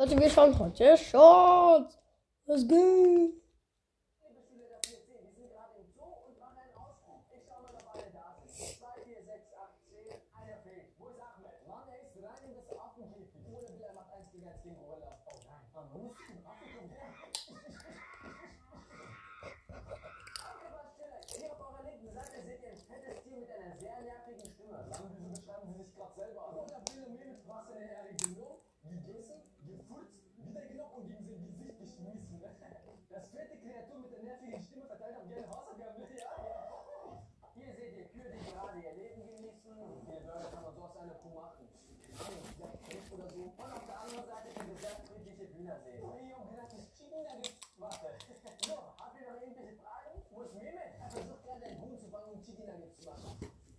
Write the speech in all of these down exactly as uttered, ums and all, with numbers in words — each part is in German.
Leute, wir schauen heute Shorts. Was geht? Das fette Kreatur mit der nervigen Stimme verteilt auch gerne Hausaufgaben. Ja, ja. Hier seht ihr Kühe, die gerade ihr Leben genießen. Hier Burger kann man so aus einer Kuh machen. Oder so. Und auf der anderen Seite könnt ihr sehr friedliche Hühner sehen. Ich hab gedacht, das Chicken Nuggets. Warte. So, habt ihr noch irgendwelche Fragen? Wo ist Mehmet? Er versucht gerade einen Huhn zu fangen, um Chicken Nuggets zu machen.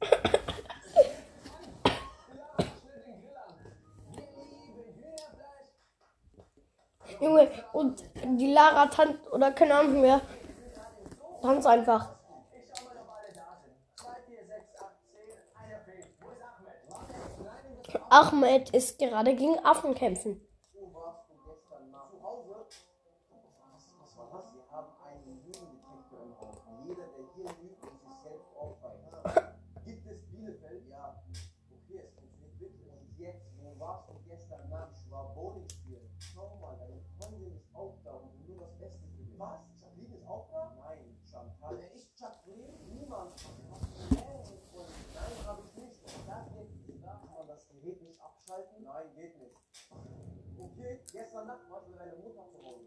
Ja, schnell den Grill an. Wir lieben Hühnerfleisch. Junge, und die Lara tanzt, oder keine Ahnung wer, tanzt einfach. Ich schau mal, ob alle da sind. zwei, vier, sechs, acht, zehn. Einer fehlt. Wo ist Ahmed? Ahmed ist gerade gegen Affen kämpfen. Wo warst du gestern Nacht? Zu Hause? Was, was war das? Wir haben einen Lügendetektor im Haus. Jeder, der hier lügt, muss sich selbst aufweisen. Gibt es Bielefeld? Ja. Okay, es funktioniert wirklich. Und jetzt, wo warst du gestern Nacht? Ich war Bowling spielen. Schau mal, deine Freundin ist auch da und will nur das Beste für dich. Was? Jacqueline ist auch da? Nein, Chantal. Wer ist Jacqueline? Niemand. Hast du mehrere Freunde? Nein, habe ich nicht. Das jetzt darf man das Gerät nicht abschalten? Nein, geht nicht. Okay, gestern Nacht warst du mit deiner Mutter zu Hause.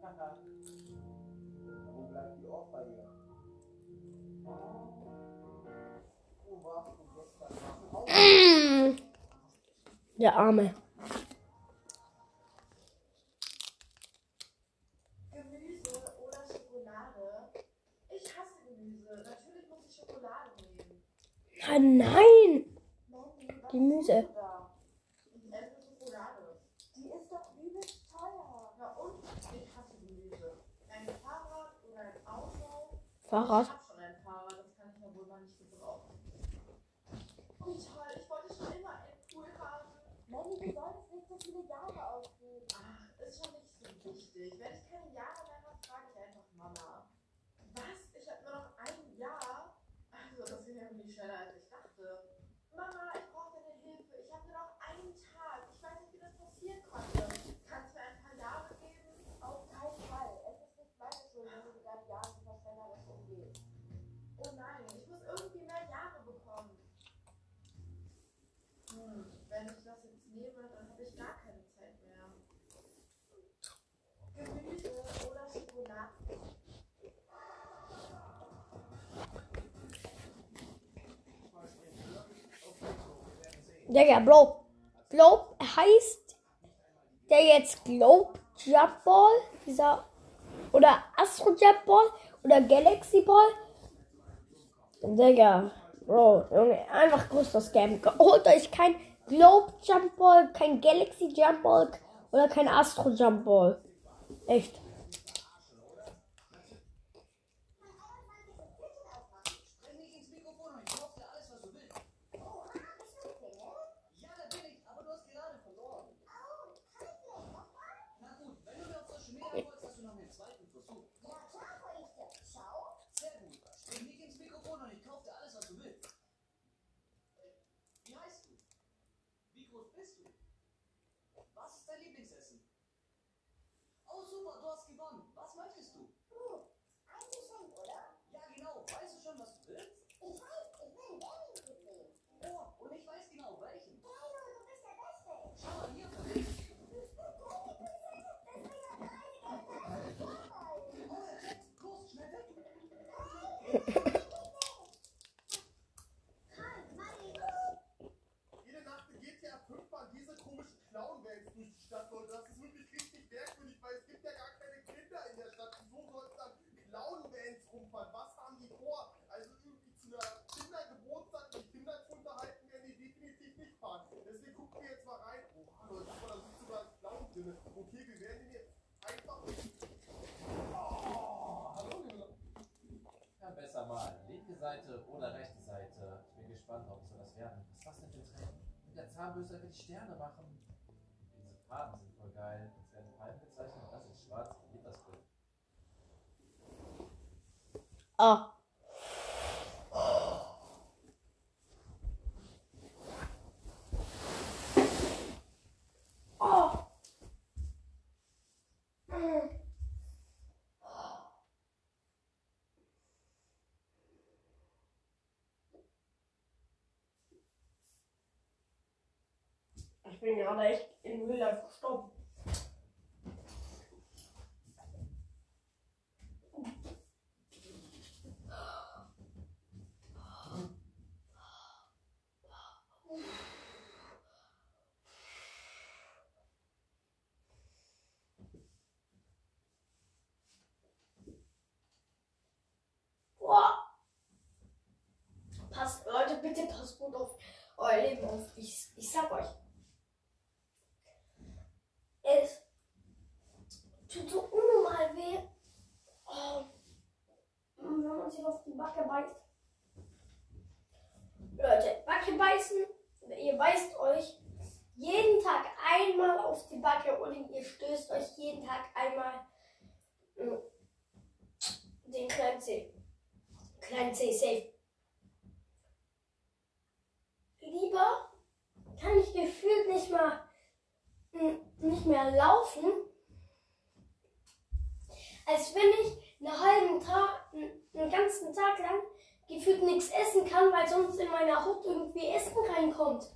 Wo bleibt die Ohrfeige? Wo warst du gestern Nacht? Zu Hause? Der Arme. Gemüse oder Schokolade? Ich hasse Gemüse. Natürlich muss ich Schokolade nehmen. Ah, nein! Mommy, was Gemüse. tust du da? Ich esse Schokolade. Die ist doch übelst teuer. Na und? Ich hasse Gemüse. Ein Fahrrad oder ein Auto? Fahrrad. Ich hab schon ein Fahrrad, das kann ich ja wohl mal nicht gebrauchen. Oh toll, ich wollte schon immer einen Pool haben. Manny, du solltest nicht so viele Jahre ausgeben. Ach, ist schon nicht so wichtig. Wenn ich keine Jahre mehr habe, frage ich einfach Mama. Was? Ich habe nur noch ein Jahr? Also, das ging irgendwie schneller, als ich dachte. Mama, ich brauche deine Hilfe. Ich habe nur noch einen Tag. Ich weiß nicht, wie das passieren konnte. Kannst du mir ein paar Jahre geben? Auf keinen Fall. Es ist nicht meine Schuld, wenn du mit deinen Jahren so verschwenderisch umgehst. Oh nein, ich muss irgendwie mehr Jahre bekommen. Hm, wenn ich das jetzt nehme, dann habe ich gar keine Zeit mehr. Gemüse oder Schokolade? Digga, Bro. Globe heißt der jetzt Globe Jump Ball? Dieser. Oder Astro Jump Ball? Oder Galaxy Ball? Digga. Bro, Junge, einfach größter Scam. Holt euch kein Globe Jump Ball, kein Galaxy Jump Ball oder kein Astro Jump Ball. Echt. Spreng nicht ins Mikrofon und ich kauf dir alles, was du willst. Oh, ah, bist du Single? Ja, da bin ich, aber du hast gerade verloren. Oh, kann ich vielleicht nochmal? Na gut, wenn du mir auf Social Media folgst, hast du noch einen zweiten Versuch. Ja, klar, wo ich dir. Schau. Sehr gut. Spreng nicht ins Mikrofon und ich kauf dir alles, was du willst. Wie heißt du? Wie groß bist du? Was ist dein Lieblingsessen? Oh super, du hast gewonnen. Was möchtest du? Uh, ein Geschenk, oder? Ja genau, weißt du schon, was du willst? Ich weiß, ich will einen Gaming-Kit nehmen. Oh, und ich weiß genau welchen. Hey, du bist der Beste. Schau mal hier für dich. Oh, er checkt. Kurs, schnell weg. Jede Nacht in G T A fünf waren diese komischen Clown-Vans durch die Stadt und das ist wirklich richtig merkwürdig, weil es gibt ja gar keine Kinder in der Stadt. Wieso soll es dann Clown-Vans rumfahren? Was haben die vor? Also irgendwie zu einer Kindergeburtstag mit Kindern zu unterhalten, werden die definitiv nicht fahren. Deswegen gucken wir jetzt mal rein. Oh, hallo, da sieht sogar ein Clown drin. Okay, wir werden den jetzt einfach... Oh, hallo, Junge. Ja, besser mal. Linke Seite oder rechte Seite. Ich bin gespannt, ob es so das werden. Was ist das denn für ein Trend? Mit der Zahnbürste will ich Sterne machen. Diese Farben sind voll geil. Jetzt Ah. Oh. Ich bin gerade echt in Real Life gestorben. Boah. Passt, Leute, bitte passt gut auf euer Leben auf. Ich, ich sag euch. Es tut so unnormal weh, oh, wenn man sich auf die Backe beißt. Leute, Backe beißen, ihr beißt euch jeden Tag einmal auf die Backe oder ihr stößt euch jeden Tag einmal mh, den kleinen Zeh. Kleinen Zeh safe. Lieber kann ich gefühlt nicht mal nicht mehr laufen, als wenn ich einen halben Tag, einen ganzen Tag lang gefühlt nichts essen kann, weil sonst in meiner Haut irgendwie Essen reinkommt.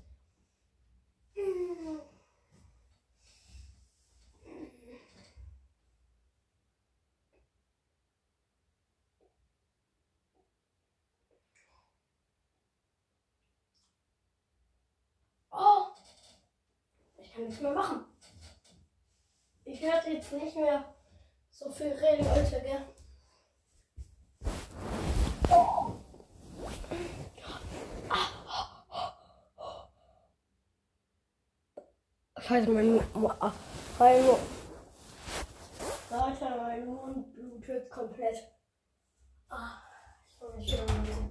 Oh, ich kann nichts mehr machen. Ich werde jetzt nicht mehr so viel reden, Leute, gell? Scheiße, mein Mund. Hallo. Leute, mein Mund blutet komplett. Ah, ich soll mich wieder lesen.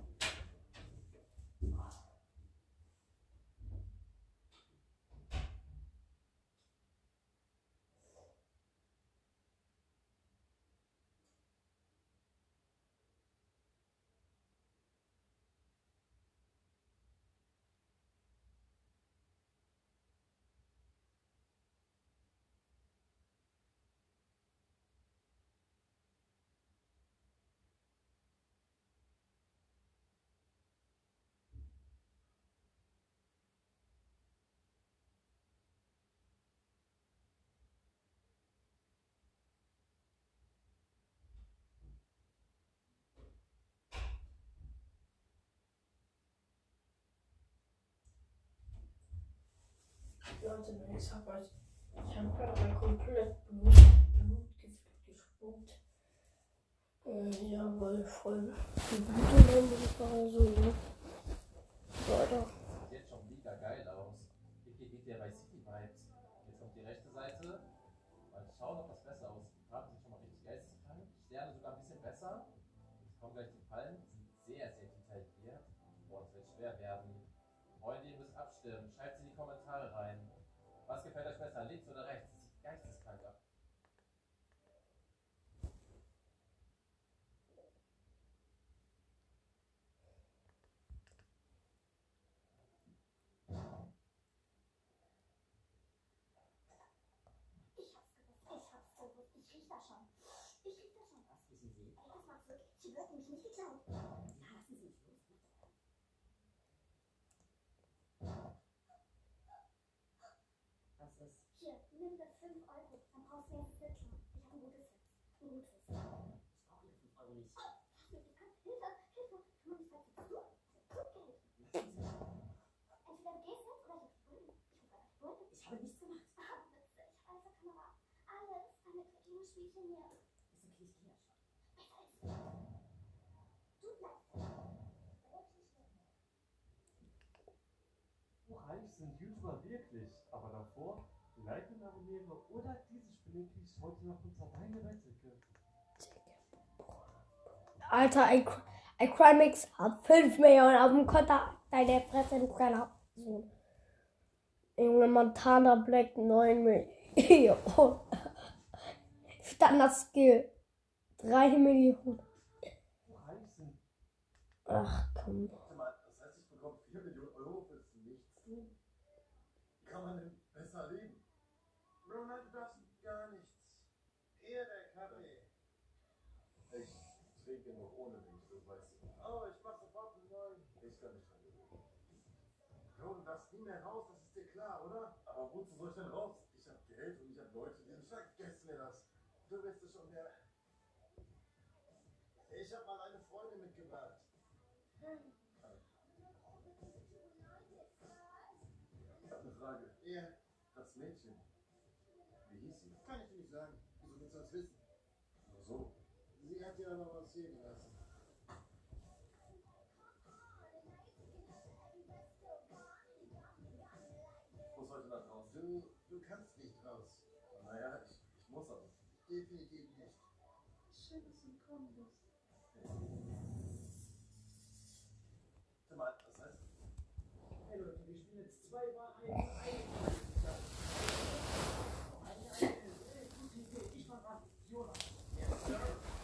Leute, ich sag euch, ich habe gerade komplett Blut, Blutgift gespuckt. Äh, ja, weil voll viel Blut in meinem Mund war, also, ne? Leute. Sieht jetzt schon mega geil aus. Hier geht der bei City Vibes. Jetzt auf die rechte Seite. Mal schauen, ob das besser aussieht. Die Farben sind schon mal richtig geisteskrank. Sterne sogar ein bisschen besser. Jetzt kommen gleich die Palmen. Sind sehr, sehr detailliert. Boah, es wird schwer werden. Freunde, ihr müsst abstimmen. Schreibt es in die Kommentare rein. Was gefällt euch besser, links oder rechts? Das sieht geisteskrank aus. Ich hab's gewusst, ich hab's gewusst. Ich riech das schon. Ich riech das schon. Was wissen Sie? Ey, das mal zurück. Sie wird nämlich nicht geklaut. Ja, lassen Sie mich los. Was ist? Hier, nimm das fünf Euro. Dann brauchst du jetzt Slip schon. Ich hab ein gutes Slip. Ein gutes. Ich brauche Ihre fünf Euro nicht. Fass mich nicht an. Hilfe, Hilfe. Tu mir nicht was. Was du? Das ist Trinkgeld. Lassen Sie mich. Entweder du gehst jetzt oder ich hab die Bullen. Ich ruf einfach die Bullen. Ich habe nichts gemacht. Ah, Witze. Ich hab alles auf Kamera. Alles. Deine dreckigen Spielchen hier. Ist okay, ich gehe ja schon. Besser als du. Du bleibst. Wirklich nicht. So reich sind YouTuber wirklich, aber davor liken, abonniere oder diese Spinnekrieg heute noch unter deine Wetticke. Alter, ein, ein Crimix hat fünf Millionen auf dem Konto. Deine Fresse, ein kleiner Sohn. Junge, Montana Black neun Millionen. Standard Skill drei Millionen. So reich Ach komm. Warte mal, das heißt, ich bekomme vier Millionen Euro fürs Nichtstun? Wie kann man denn besser leben? Ronald, du darfst gar nichts. Eher der Kaffee. Ich trinke noch ohne Milch, das weißt du. Oh, ich mach sofort einen neuen. Ich kann nicht dran gewöhnen. Bro, du darfst nie mehr raus, das ist dir klar, oder? Aber wozu soll ich denn raus? Ich habe Geld und ich habe Leute, die mich Vergiss mir das. Du wirst es schon mehr. Ich habe mal eine Freundin mitgebracht. Ich habe eine Frage. Ja, Das Mädchen, wie hieß sie? kann ich dir nicht sagen. Wieso willst du das wissen? Nur so. Sie hat dir aber was hier gelassen. Ich muss heute nach draußen. Du, du kannst nicht raus. Naja, ich, ich muss aber. Definitiv nicht. Schön, dass du gekommen bist. Sag mal, das heißt, Hey Leute, wir spielen jetzt zwei Wahrheiten, eine Wahrheit. Eine, eine, gute Idee. Ich war dran. Jonas. Yes, sir.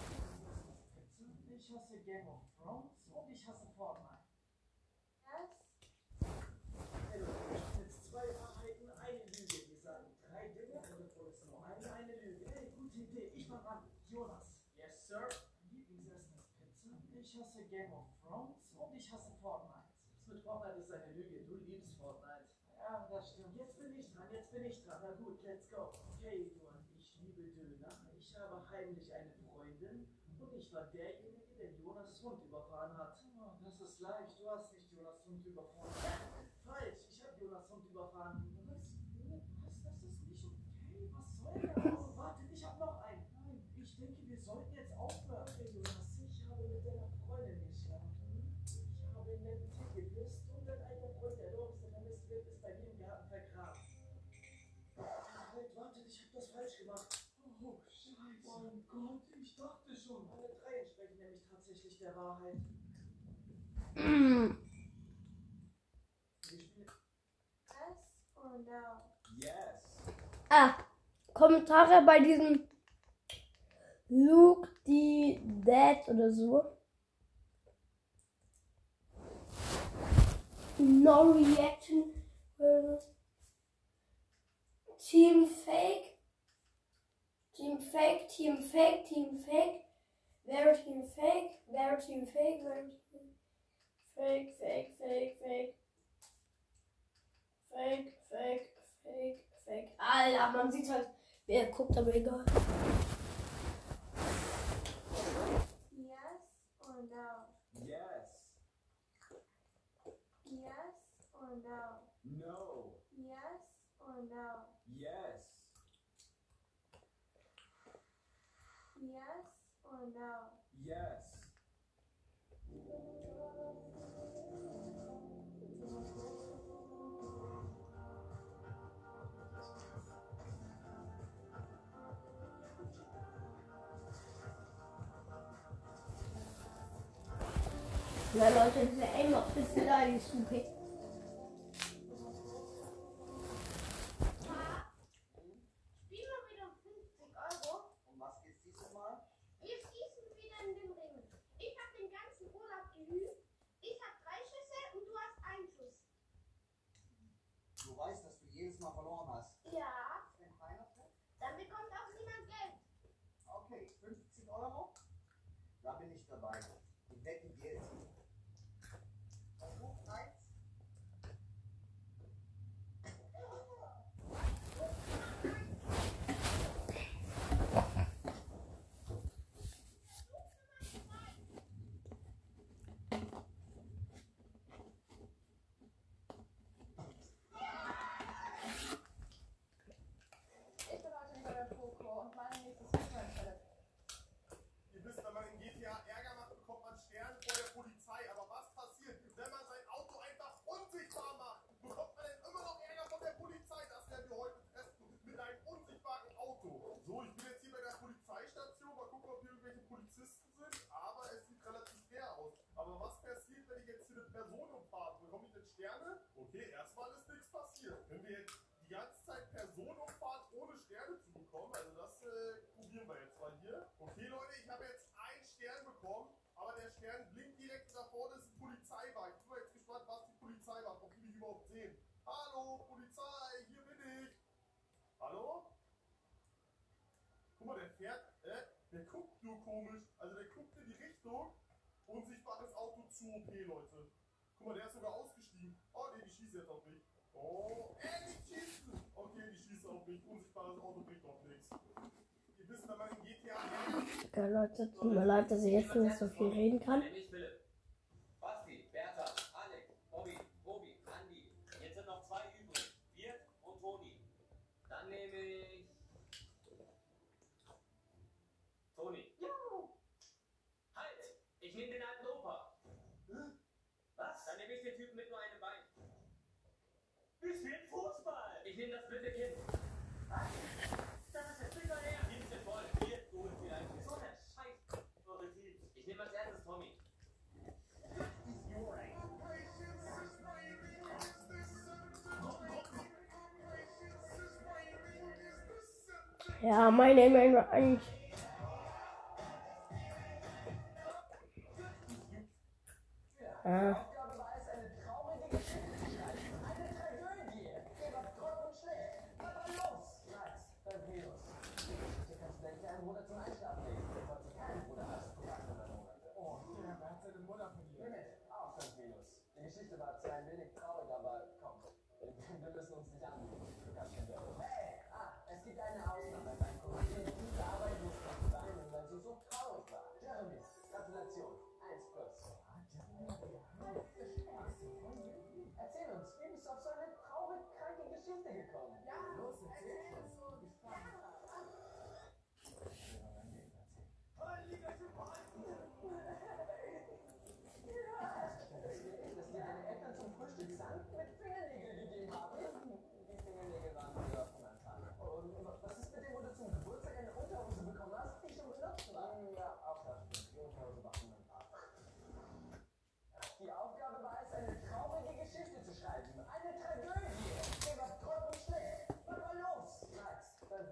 Ich hasse Game of Thrones und ich hasse Fortnite. Was? Hey Leute, wir spielen jetzt zwei Wahrheiten, eine Lüge. Wir sagen drei Dinge und wir produzieren nur eine, eine Lüge. Hey, gute Idee. Ich war dran. Jonas. Yes, sir. Lieblingsessen ist Pizza. Ich hasse Game of Thrones und ich hasse Fortnite. Das mit Fortnite ist eine Lüge. Du liebst Fortnite. Ja, das stimmt. Jetzt bin ich dran, jetzt bin ich dran. Na gut, let's go. Okay, Eduard, ich liebe Döner. Ich habe heimlich eine Freundin und ich war derjenige, der Jonas Hund überfahren hat. Oh, das ist leicht. Du hast nicht Jonas Hund überfahren. Falsch, ich habe Jonas Hund überfahren. Was? Was? Das ist nicht okay. Was soll das? Oh, warte, ich habe noch einen. Nein, ich denke, wir sollten jetzt aufhören. Okay, Jonas, ich habe mit deiner Freundin geschlafen. Ich habe in den Tee geküsst und dein eigener Freund, der Lobster vermisst wird, ist bei mir im Garten vergraben. Halt, warte, ich habe das falsch gemacht. Oh, Scheiße. Oh Gott, ich dachte schon. Alle drei entsprechen nämlich tatsächlich der Wahrheit. Mm. Wir spielen. Yes or no? yes. Ah, Kommentare bei diesem Luke die Dad oder so. No reaction. Team Fake. Team Fake, Team Fake, Team Fake. Wer Team Fake? Wer Team Fake? Wer Team Fake, Fake, Fake, Fake. Fake, Fake, Fake, Fake. Alter, man sieht halt, wer guckt, aber egal. Yes or no? Yes. Yes or no? No. Yes or no? Yes. Yes or no? Yes. Ja, Leute, diese Aim ist wieder die Suche. Spielen wir wieder um fünfzig Euro. Um was geht's dieses Mal? Wir schießen wieder in den Ring. Ich habe den ganzen Urlaub geübt. Ich habe drei Schüsse und du hast einen Schuss. Du weißt, dass du jedes Mal verloren hast. Ja, Wenn keiner trifft? dann bekommt auch niemand Geld. Okay, fünfzig Euro? Da bin ich dabei. Ich wette Geld. Versuch eins. Ich bin heute wieder der Poco und mein nächstes Fußball-Challenge. Ihr wisst, wenn man in G T A Ärger macht, bekommt man Sterne vor der Polizei. fährt, äh, der guckt nur komisch. Also der guckt in die Richtung. Unsichtbares Auto zu O P, Leute. Guck mal, der ist sogar ausgestiegen. Oh ne, die schießen jetzt auf mich. Oh, äh, nicht schießen. Okay, die schießen auf mich. Unsichtbares Auto bringt doch nichts. Ihr wisst, wenn man in G T A... Ja, Leute, tut mir leid, dass ich jetzt nicht so viel reden kann. Nämlich Philipp. Basti, Bertha, Alex, Bobby, Robi, Andi. Jetzt sind noch zwei übrig. Wir und Toni. Dann nehme ich... Toni. Halt! Ich nehme den alten Opa. Was? Dann nehme ich den Typen mit nur einem Bein. Wir spielen Fußball. Ich nehme das blinde Kind. Was? Das ist jetzt wieder her. Teams sind voll. Wir tun vielleicht. So eine Scheiß. Eure Teams. Ich nehme als erstes Tommy. Ja, meine Meinung eigentlich. Ja. Die Geschichte war zwar ein wenig traurig, aber komm, wir müssen uns nicht anrufen. Hey, ah, es gibt eine Ausnahme. Beim Kollegen gute Arbeit muss nicht sein, weil sie so traurig war. Jeremy, Gratulation. Eins plus. Erzähl uns, wie bist du auf so eine traurig kranke Geschichte gekommen? Ja, los, erzähl schon. Die Aufgabe war es, eine traurige Geschichte zu schreiben. Eine Tragödie. Mir war trotz und schlecht. Was war los? Max, dann...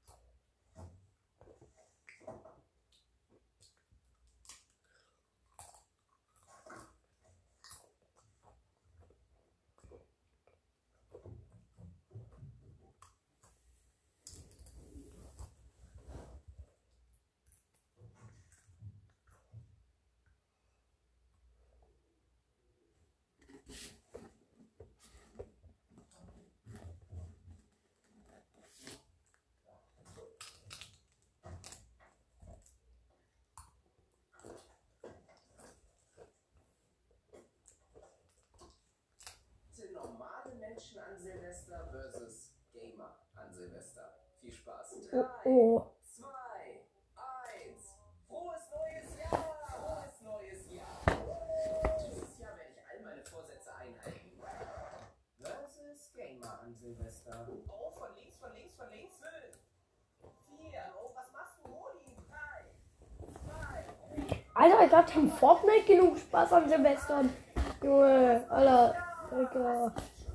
Normale Menschen an Silvester versus Gamer an Silvester. Viel Spaß. Oh, oh. zwei, eins. Frohes neues Jahr! Frohes neues Jahr! Dieses Jahr werde ich all meine Vorsätze einhalten. Versus Gamer an Silvester. Oh, von links, von links, von links. Fünf, vier. Oh, was machst du, Modi? Drei, zwei. Alter, ich hab schon Fortnite genug Spaß an Silvester. Junge, Alter. Digga.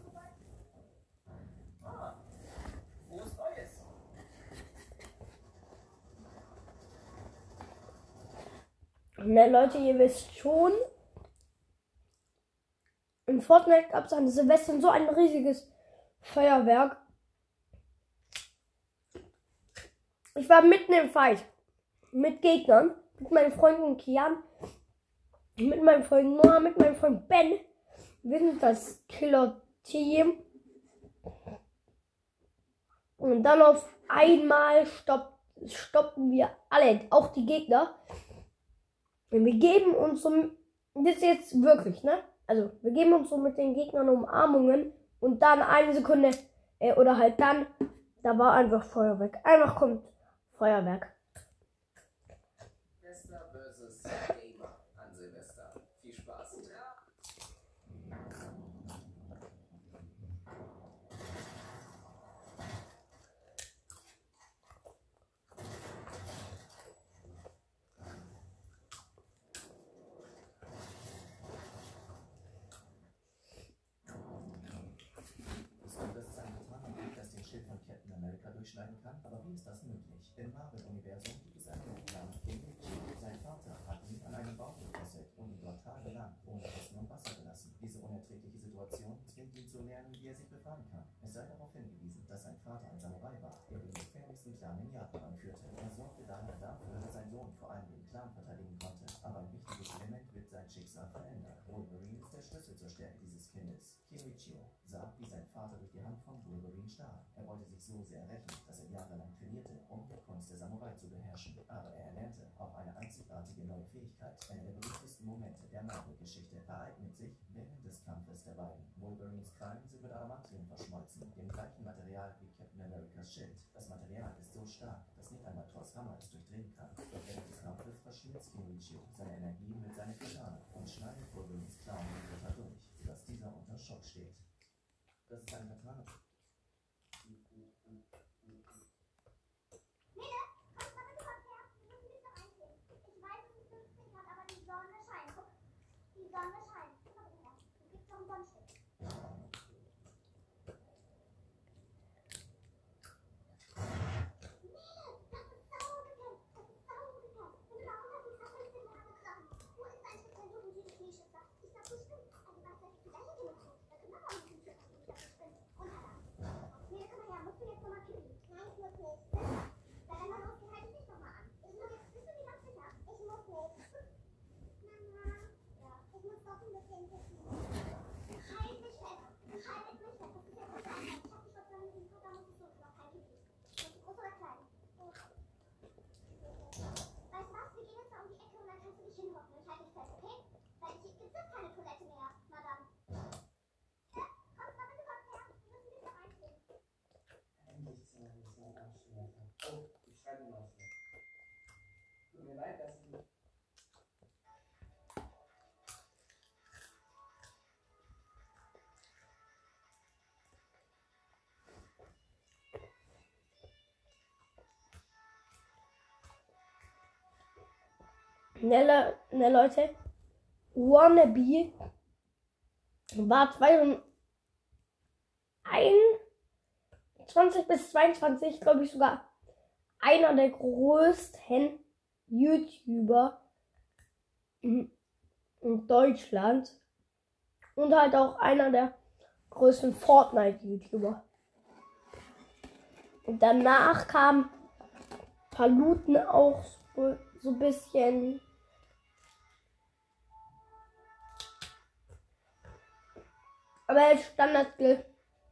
Ah, frohes neues. Ne, Leute, ihr wisst schon, in Fortnite gab es an Silvester so ein riesiges Feuerwerk. Ich war mitten im Fight mit Gegnern, mit meinen Freunden Kian, mit meinem Freund Noah, mit meinem Freund Ben. Wir sind das Killer-Team. Und dann auf einmal stopp, stoppen wir alle, auch die Gegner. Und wir geben uns so, das ist jetzt wirklich, ne? Also, wir geben uns so mit den Gegnern Umarmungen und dann eine Sekunde, äh, oder halt dann, da war einfach Feuerwerk. Einfach kommt Feuerwerk. Silvester versus Gamer an Silvester. Viel Spaß. durchschneiden kann, aber wie ist das möglich? Im Marvel-Universum gibt es einen Plan, den Mitchell. Sein Vater hat ihn an einem Baum gefesselt und ihn dort tagelang ohne Essen und Wasser gelassen. Diese unerträgliche Situation zwingt ihn zu lernen, wie er sich befreien kann. Es sei darauf hingewiesen, dass sein Vater ein Samurai war, der den gefährlichsten Clan in Japan anführte. Er sorgte daher dafür, dass sein Sohn vor allem den Clan verteidigen konnte. Aber ein wichtiges Element wird sein Schicksal verändern. Wolverine ist der Schlüssel zur Stärke dieses Kindes. Kirichio sah, wie sein Vater durch die Hand von Wolverine starb. Er wollte sich so sehr rächen, dass er jahrelang trainierte, um die Kunst der Samurai zu beherrschen. Aber er erlernte auch eine einzigartige neue Fähigkeit. Einer der berühmtesten Momente der Marvel-Geschichte ereignet sich während des Kampfes der beiden. Wolverines Krallen sind mit Adamantium verschmolzen, dem gleichen Material wie Captain Americas Schild. Das Material ist so stark, dass nicht einmal Thors Hammer es durchdringen kann. Doch während des Kampfes verschmilzt Kirichio seine Energie mit seiner Katana und schneidet Wolverines Clown den Ritter durch, sodass dieser unter Schock steht. Das ist eine Katana. Ne, Le ne Leute, Wannabe war zweitausendeinundzwanzig bis zweiundzwanzig, glaube ich, sogar einer der größten YouTuber in Deutschland und halt auch einer der größten Fortnite-YouTuber. Und danach kam Paluten auch so, so ein bisschen. Aber er ist Standard-Skill.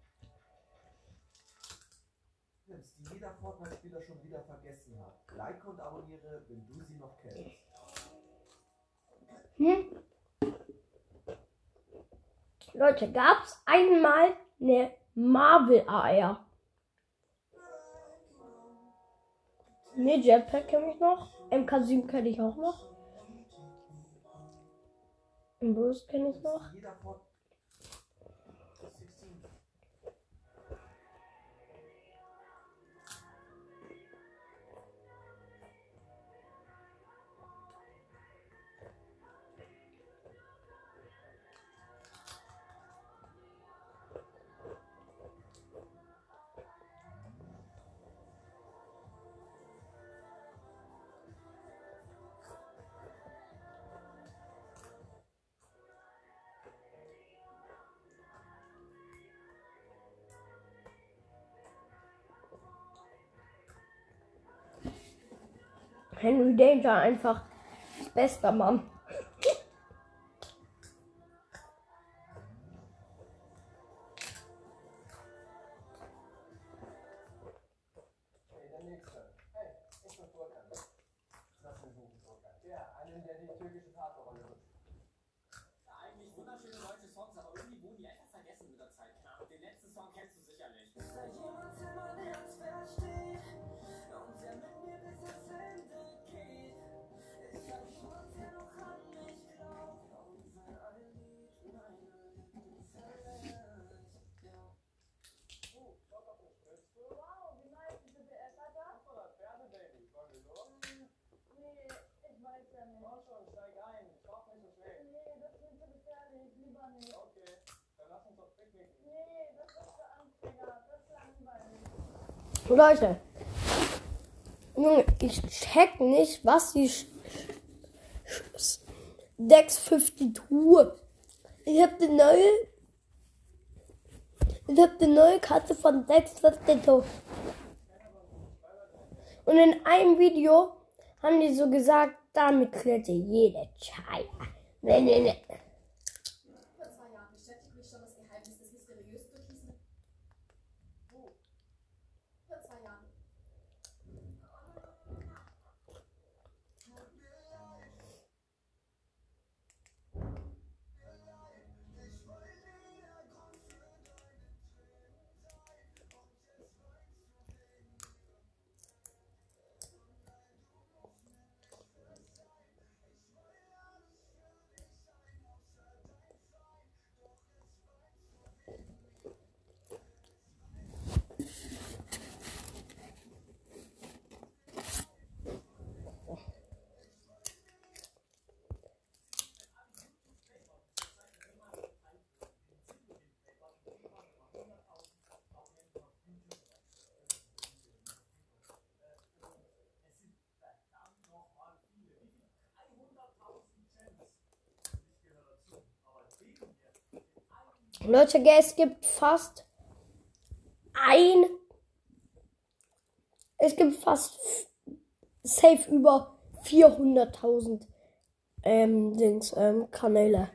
Tipps, die jeder Fortnite-Spieler schon wieder vergessen hat. Like und abonniere, wenn du sie noch kennst. Hm? Leute, gab es einmal eine Marvel-A R? Ne, Jetpack kenne ich noch. M K sieben kenne ich auch noch. Bruce kenne ich noch. Henry Danger einfach bester Mann. Hey, der nächste. Hey, ich bin Furkan. Was für ein Furkan? Ja, einen, der die türkische Vaterrolle wird. Ja, eigentlich wunderschöne deutsche Songs, aber irgendwie wurden die einfach vergessen mit der Zeit. Ja, den letzten Song kennst du sicherlich. Ist da jemand in mein Herz versteht und der mit mir bis ans Ende geht? Ich hab jemand, der noch an mich glaubt und wenn ein Lied meine Lippen verlässt. Ja. Uh, Bock auf eine Spritze? Wow, wie nice, wie viel B S hat er? fünfhundert Pferde, Baby. Wollen wir los? Nee, ich weiß ja nicht. Komm schon, steig ein. Ich brauch nicht so schwer. Nee, das ist mir zu gefährlich, lieber nicht. Okay, dann lass uns doch picknicken. Nee, das ist für Anfänger, das ist langweilig. Leute, Junge, ich check nicht, was die Sch Sch Dex zweiundfünfzig. Ich hab die neue. Ich hab die neue Karte von Dex zweiundfünfzig. Und in einem Video haben die so gesagt, damit klärt ihr jede Scheiße. Nee, nee, nee. Vor zwei Jahren beschäftigt mich schon das Geheimnis des mysteriösen Türkisen. Wo? Vor zwei Jahren. Leute, es gibt fast ein, es gibt fast safe über vierhunderttausend ähm, Dings, ähm, Kanäle.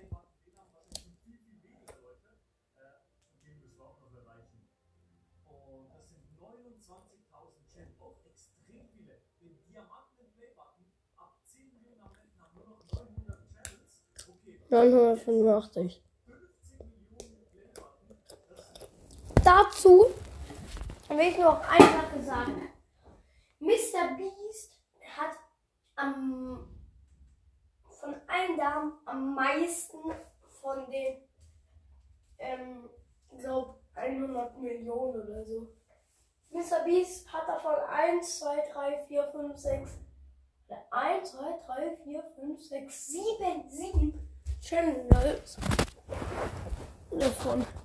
Und das sind neunundzwanzigtausend Channels, auch extrem viele. Den Diamanten im Playbutton ab zehn Millionen Abonnenten haben nur noch neunhundert Channels. Okay. neunhundertfünfundachtzig. Dazu will ich nur noch eine Sache sagen. Mister Beast hat am, von allen Damen am meisten von den, ähm, glaub, hundert Millionen oder so. Mister Beast hat davon eins, zwei, drei, vier, fünf, sechs, eins, zwei, drei, vier, fünf, sechs, sieben, sieben Channels davon.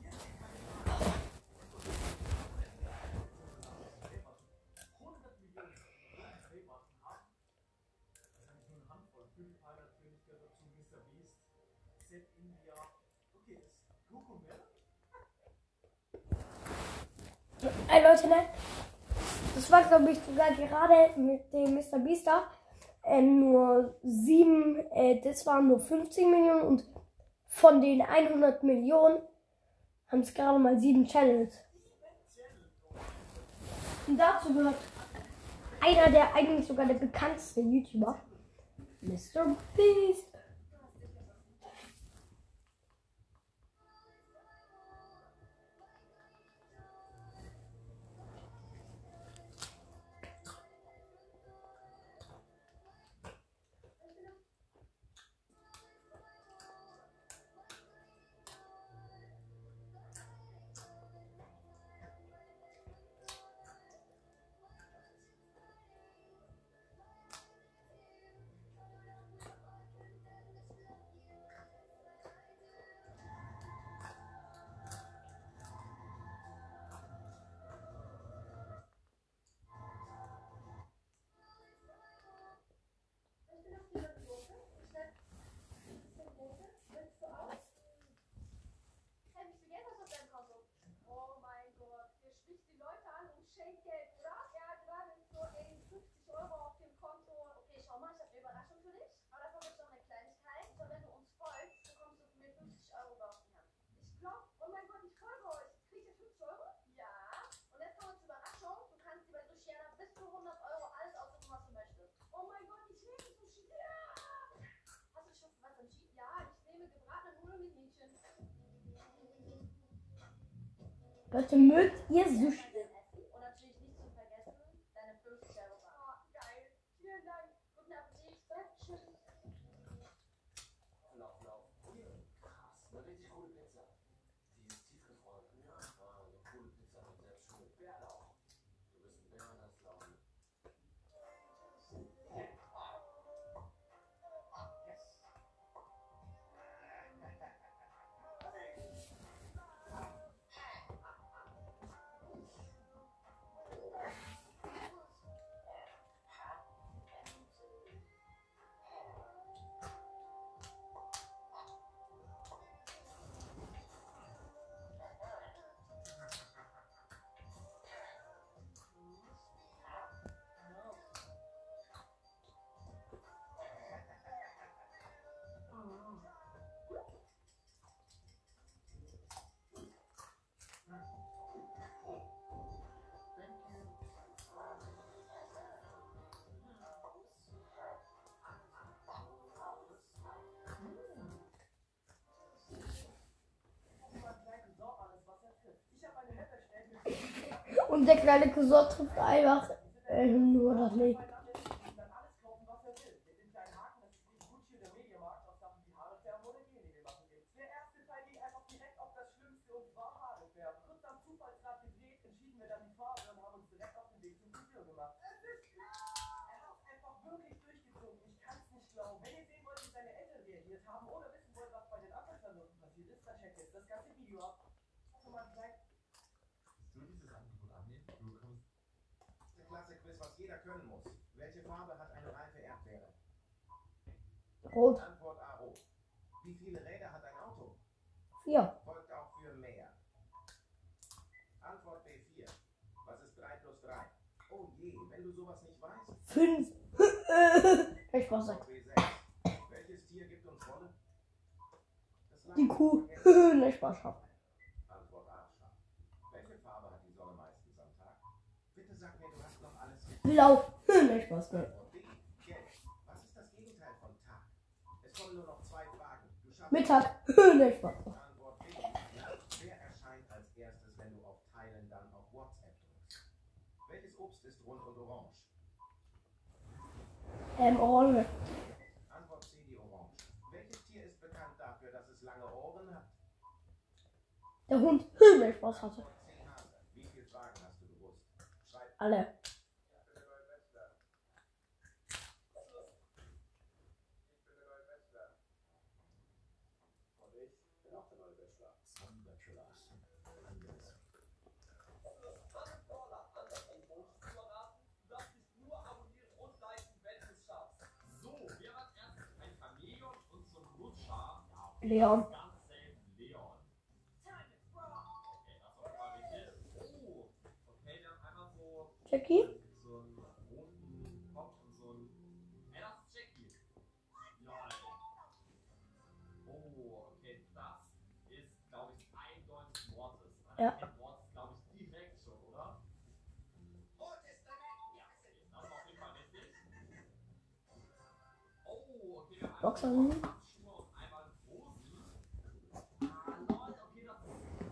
Ey Leute, ne? Das war glaube ich sogar gerade mit dem Mister Beast da. Äh, nur sieben, äh, das waren nur fünfzig Millionen und von den hundert Millionen haben es gerade mal sieben Channels. Und dazu gehört einer der eigentlich sogar der bekannteste YouTuber, Mister Beast. Leute, mögt ihr Sushi? Und natürlich nicht zu vergessen, deine fünfzig Euro Bar. Oh, geil. Vielen Dank. Guten Appetit. Tschüss. Lauf, lauf. Krass, eine richtig coole Pizza. Die ist tiefgefroren. Ja, war eine coole Pizza mit Selbstschuld. Bärlauch. Du bist ein Bär und hast Laune. der kleine Cousin trifft einfach äh, nur das Leben. Das ganze Video ab. Schon mal gesagt. Du dieses Angebot annehmen? Du bekommst Der Klasse-Quiz, was jeder können muss. Welche Farbe hat eine reife Erdbeere? Rot. Antwort A, rot. Wie viele Räder hat ein Auto? Vier. Folgt auch für mehr. Antwort B, vier. Was ist drei plus drei? Oh je, wenn du sowas nicht weißt. Fünf. Ich Spaß. Antwort B, sechs. Welches Tier gibt uns Wolle? Das Die Lamm. Kuh. Ne, Spaß. Antwort A, Schaf. Welche Farbe hat die Sonne meistens am Tag? Bitte sag mir, du hast noch alles. Blau. Ne, Spaß. Ne. Antwort B, gelb. Was ist das Gegenteil von Tag? Es kommen nur noch zwei Fragen. Du schaffst Mittag. Ne, Spaß. Antwort B. Wer erscheint als erstes, wenn du auf Teilen dann auf WhatsApp drückst? Welches Obst ist rund und orange? Ähm, Orange. Antwort C, die Orange. Welches Tier ist bekannt dafür, dass es lange Ohren hat? Der Hund. Ne, Spaß hatte. Antwort C, Hase. Wie viele Fragen hast du gewusst? Schreib Alle. Und ich bin auch der neue Bachelor. Some Bachelors. Anders. So, wer war als erstes? Ein Chamäleon und so ein Lutscher. Ja, Leon. ganz selten Leon. Okay, das war mal richtig. Oh, okay, wir haben einmal so, Jackie. so einen roten Kopf und so ein. Ey, das ist Jackie. Lol. Oh, okay, das ist, glaube ich, eindeutig Mortis. Man Ja. kennt Mortis, glaube ich, direkt schon, oder? Ja, okay, das war auf jeden Fall richtig. Oh, okay, wir haben Boxer. einmal Handschuhe und einmal Hosen. Ah, lol, okay, das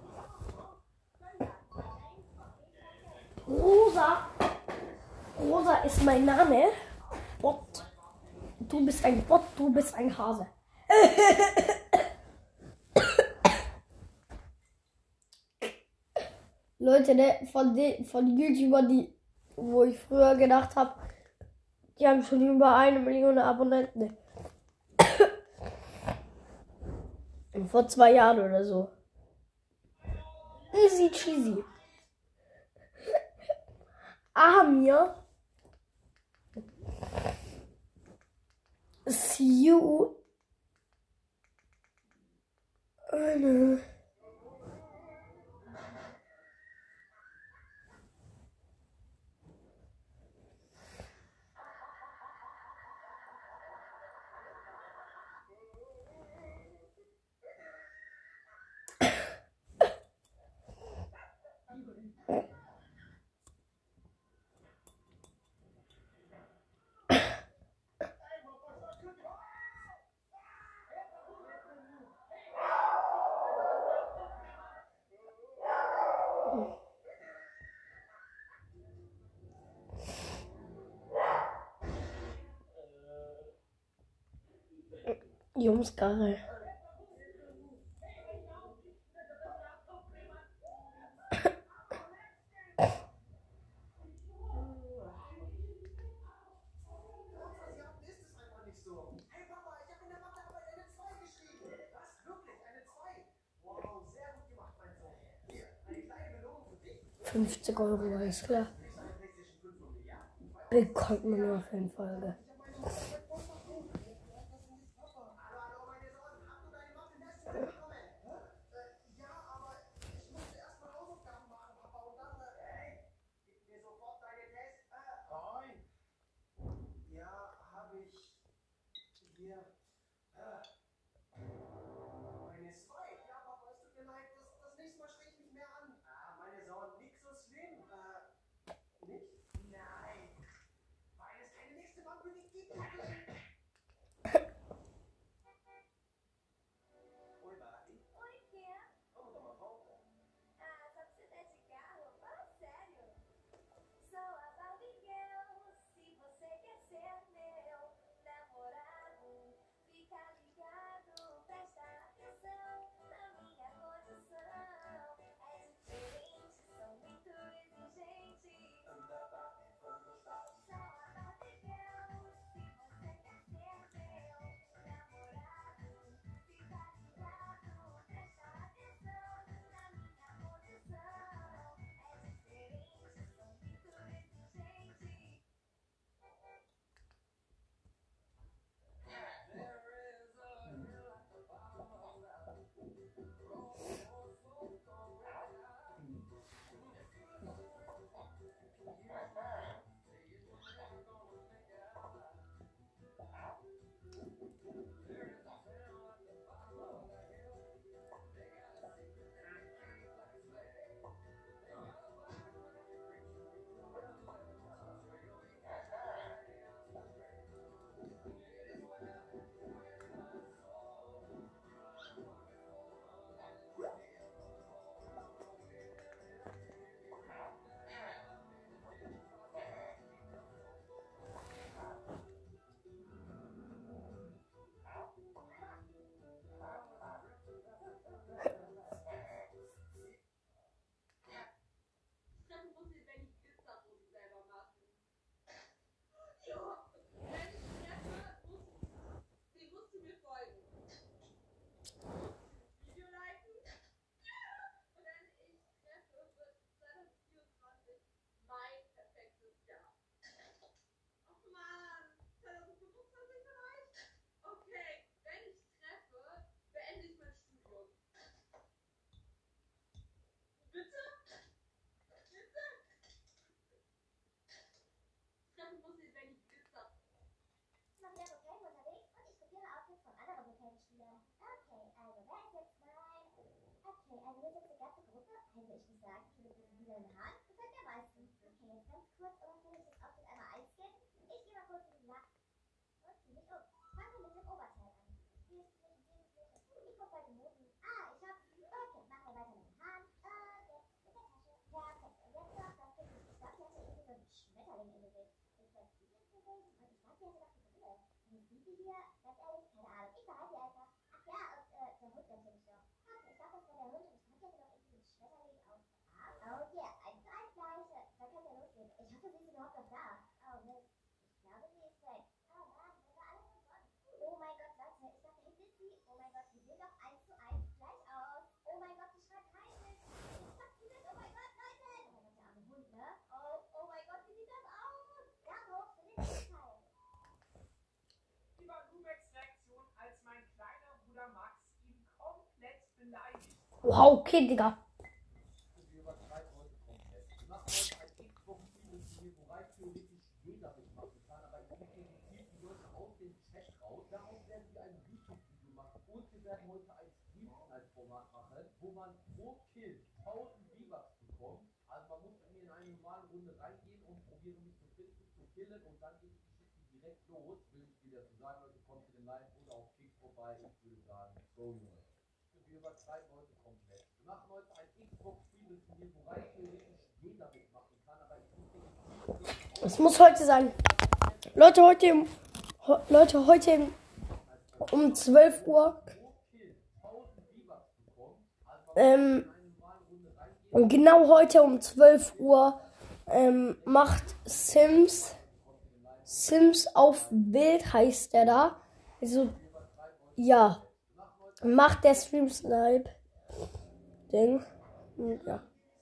ist Rosa. Rosa ist mein Name. Bot. Du bist ein Bot, du bist ein Hase. Leute, ne, von den von YouTubern, die, wo ich früher gedacht habe, die haben schon über eine Million Abonnenten. Ne. Vor zwei Jahren oder so. Easy cheesy. Amir. See you. Eine. Jungskarre. ist es einfach nicht so. Hey Papa, ich habe in der Mathearbeit eine zwei geschrieben. Was? Wirklich? Eine zwei? Wow, sehr gut gemacht, mein Sohn. Hier, eine kleine Belohnung für dich. fünfzig Euro, ist klar. Kriegst eine PlayStation fünf von mir, ja? Bekommt man nur auf jeden Fall. Hallo, hallo, meine Sohn. Hast du deine Mathe-Messung bekommen? Äh, ja, aber ich musste erst mal Hausaufgaben machen, Papa. Und dann, äh, hey, gib mir sofort deine Tests. Äh, Nein. Ja, habe ich hier. Äh, meine zwei. Ja, Papa, es tut mir leid. Das, das nächste Mal streng ich mich mehr an. Ah, meine Sohn, nix so schlimm. Äh, nicht? Nein. Weil es keine nächste Bank für dich gibt. Oi, Barbie. Oi, Ken. Vamos dar uma volta? Ah, só pra você dar de carro? Fala sério. Wow, okay, Digga. Wir übertreiben heute komplett. Wir machen heute ein Xbox-Spiel, wo rein theoretisch jeder mitmachen kann, aber ich kriege die Leute aus dem Chat raus. Daraus werden wir ein YouTube-Video machen und wir werden heute ein Stream-Format machen, wo man pro Kill tausend V-Bucks bekommt. Also man muss mit mir in eine normale Runde reingehen und probieren mich zu finden, zu killen und dann geht die Geschichte direkt los. Will ich wieder zu sagen, Leute, kommt zu den Live oder auf Kick vorbei. Ich würde sagen, go Junge. Wir übertreiben heute komplett. Wir machen heute ein Xbox-Spiel, wo rein theoretisch jeder mitmachen kann, aber ich kriege Es muss heute sein. Leute, heute um, ho- Leute, heute um zwölf Uhr. Ähm, genau heute um zwölf Uhr ähm, macht Sims Sims auf Bild heißt der da. Also ja, macht der Stream Snipe Ding. Und ja.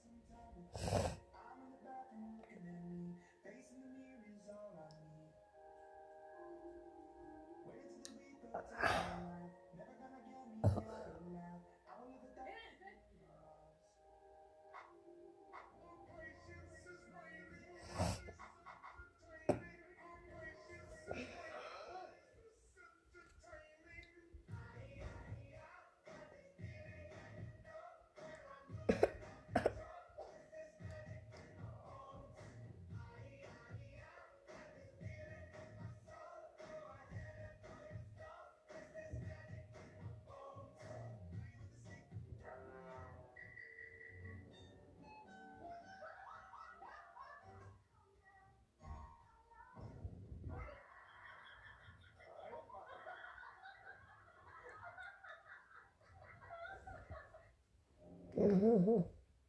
Mhm.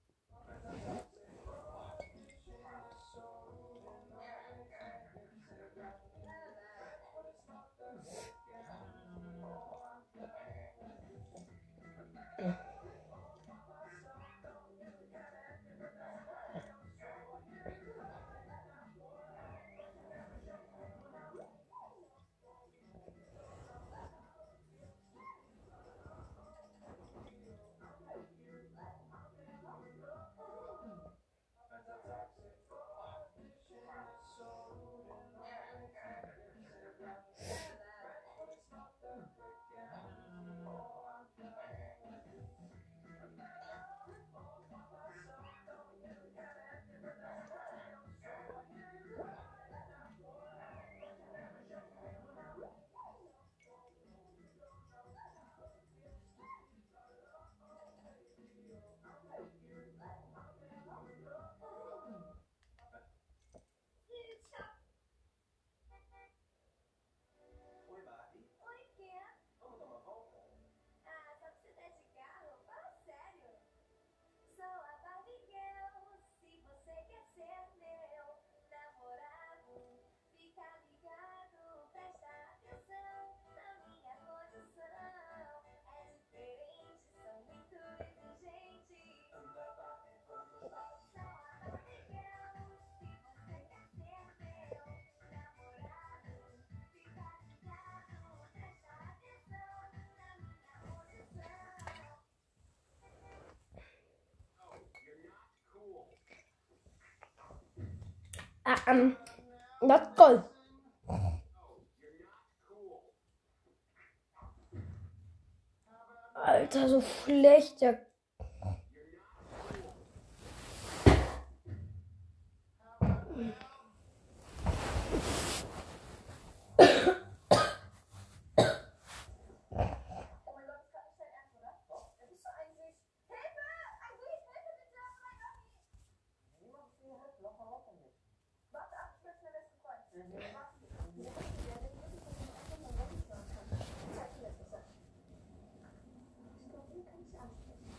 Oi, Barbie. Oi, Ken. Vamos dar uma volta? Ah, só que você tá de carro? Fala sério. Sou a Barbie Girl. Se você quer ser meu namorado, fica ligado, presta atenção na minha condição. É diferente, sou muito exigente. Sou a Barbie Girl. Se você quer ser meu namorado, fica ligado, presta atenção na minha condição. Ah, ähm, not goal. Alter, so schlecht, der. Oh mein Gott, das kann nicht dein Ernst, oder? Wer bist du eigentlich? Hilfe! Eigentlich, Hilfe bitte! Oh mein Gott! Niemand will halt locker, locker mit. Warte ab, ich bin dein besten Freund. Mhm. Warte, wir wissen ja, wenn du wirklich von dem einfach mal Lobby machen kannst. Ich zeig dir das, was er. Ich glaube, den kann ich ansprechen.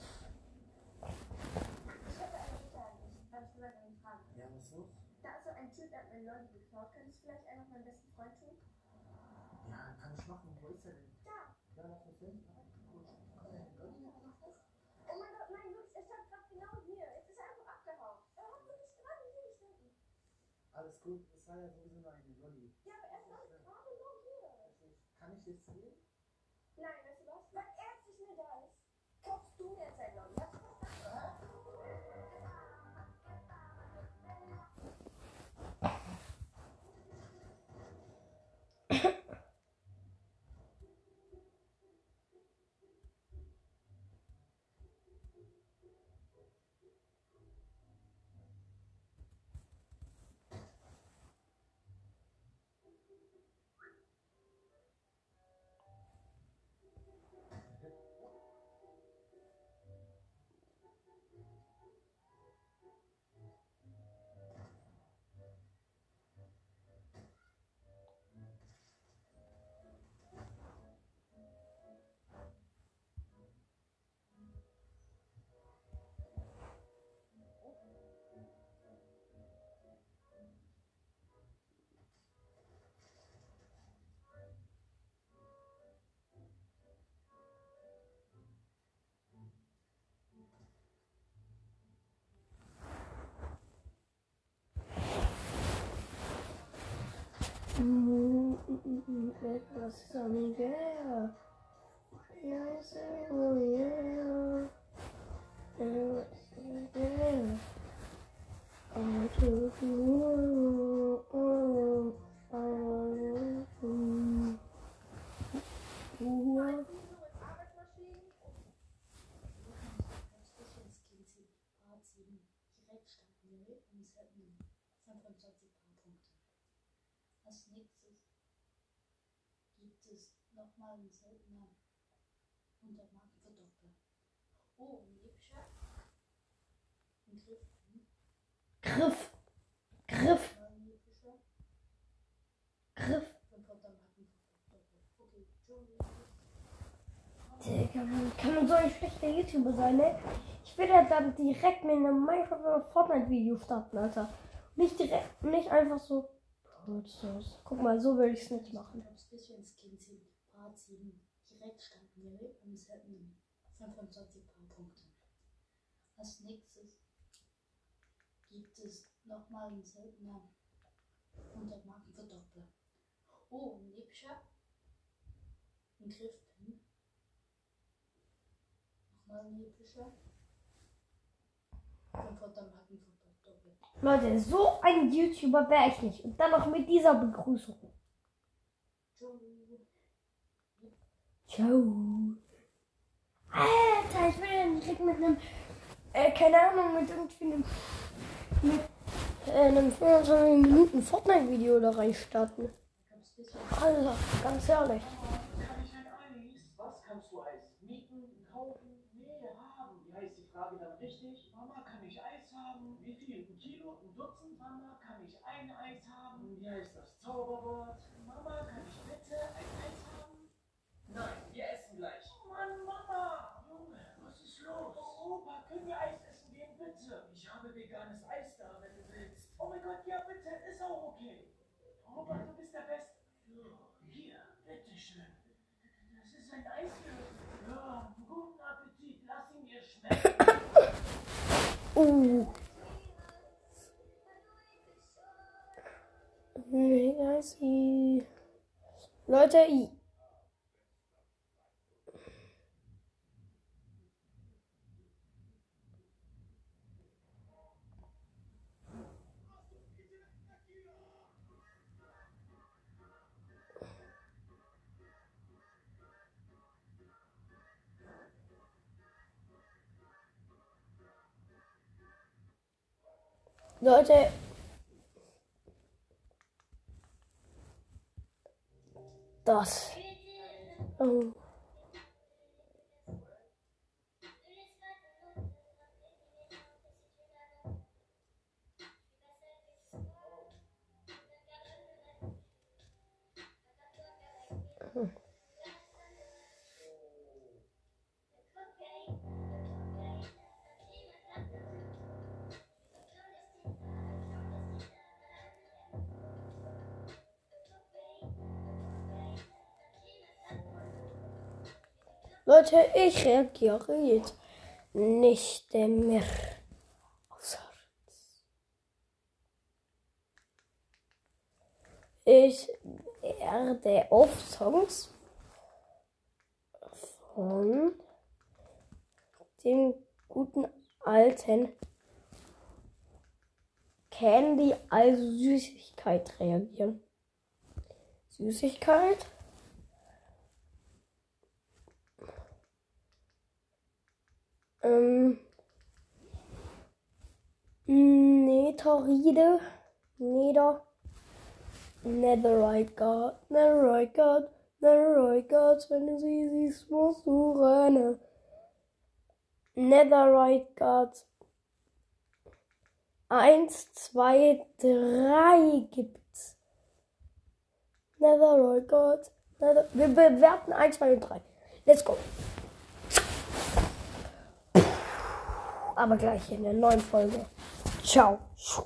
Ich hätte eine Bitte an dich. Habe ich gesagt, eine Frage. Ja, was los? Da ist so ein Typ, der hat mir Lolli geklaut. Könntest du vielleicht einfach meinen besten Freund tun? Ja, kann ich machen. Wo ist er denn? Da. Ja, lass uns hin. Gut. Komm her, Leute, mach das. Oh mein Gott, nein, wirklich, er stand gerade genau hier. Jetzt ist er einfach abgehauen. Er hat wirklich gerade hier gestanden. Alles gut, es war ja sowieso nur eine Lolli. Ja, aber er stand gerade noch hier. Kann ich jetzt gehen? Nein, weißt du was? Wenn er jetzt nicht mehr da ist, kaufst du derzeit noch? Ja, Etwas familiär. Yes, oh yeah. Yes, yeah. I took you. Oh, I want you. Als nächstes gibt es nochmal einen seltener hundert Marken Verdoppler. Oh, ein hübscher. Ein Griff. Griff. Griff. Ein hübscher. Griff. fünfhundert Marken Verdoppler. Okay, Digga, man kann man so ein schlechter YouTuber sein, ne? Ich will ja dann direkt mit einem Minecraft oder Fortnite-Video starten, Alter. Nicht direkt, nicht einfach so. Guck mal, so will ich es nicht machen. Bisschen Skins sind Part sieben. Direkt starten wir und es hätten fünfundzwanzig Punkte. Als nächstes gibt es nochmal einen seltener hundert Marken Verdoppler. Oh, ein hübscher. Ein Griffpin. Nochmal ein hübscher. fünfhundert Marken Verdoppler. Leute, so ein YouTuber wäre ich nicht. Und dann noch mit dieser Begrüßung. Ciao. Alter, ich will ja direkt mit einem, äh, keine Ahnung, mit irgendwie einem, mit äh, einem vierundzwanzig Minuten Fortnite-Video da reinstarten. Alter, ganz ehrlich. Kann ich ein Eis? Was kannst du Eis? Mieten, kaufen? Nee, haben. Wie heißt die Frage dann richtig? Mama, kann ich Eis haben? Wie viel? Ein Kilo? Ein Dutzend? Mama, kann ich ein Eis haben? Wie heißt das Zauberwort? Mama, kann ich bitte ein Eis haben? Nein, wir essen gleich. Oh Mann, Mama! Junge, was ist los? Oh, Opa, können wir Eis essen gehen, bitte? Ich habe veganes Eis da, wenn du willst. Oh mein Gott, ja bitte, ist auch okay. Opa, du bist der Beste. Hier, bitteschön. Das ist ein Eislöffel. Ja, guten Appetit. Lass ihn dir schmecken. Uh. Mega sie. Leute, i- Leute, das. Oh. Hm. Leute, ich reagiere jetzt nicht mehr aufs Herz. Ich werde auf Songs von den guten alten Candy, also Süßigkeit, reagieren. Süßigkeit. Ähm. Netherite. Nether. Netherite God. Netherite God. Netherite God. Wenn du sie siehst, musst du rennen. Netherite God. Eins, zwei, drei gibt's. Netherite God. Nether Wir bewerten eins, zwei und drei. Let's go. Aber gleich in der neuen Folge. Ciao.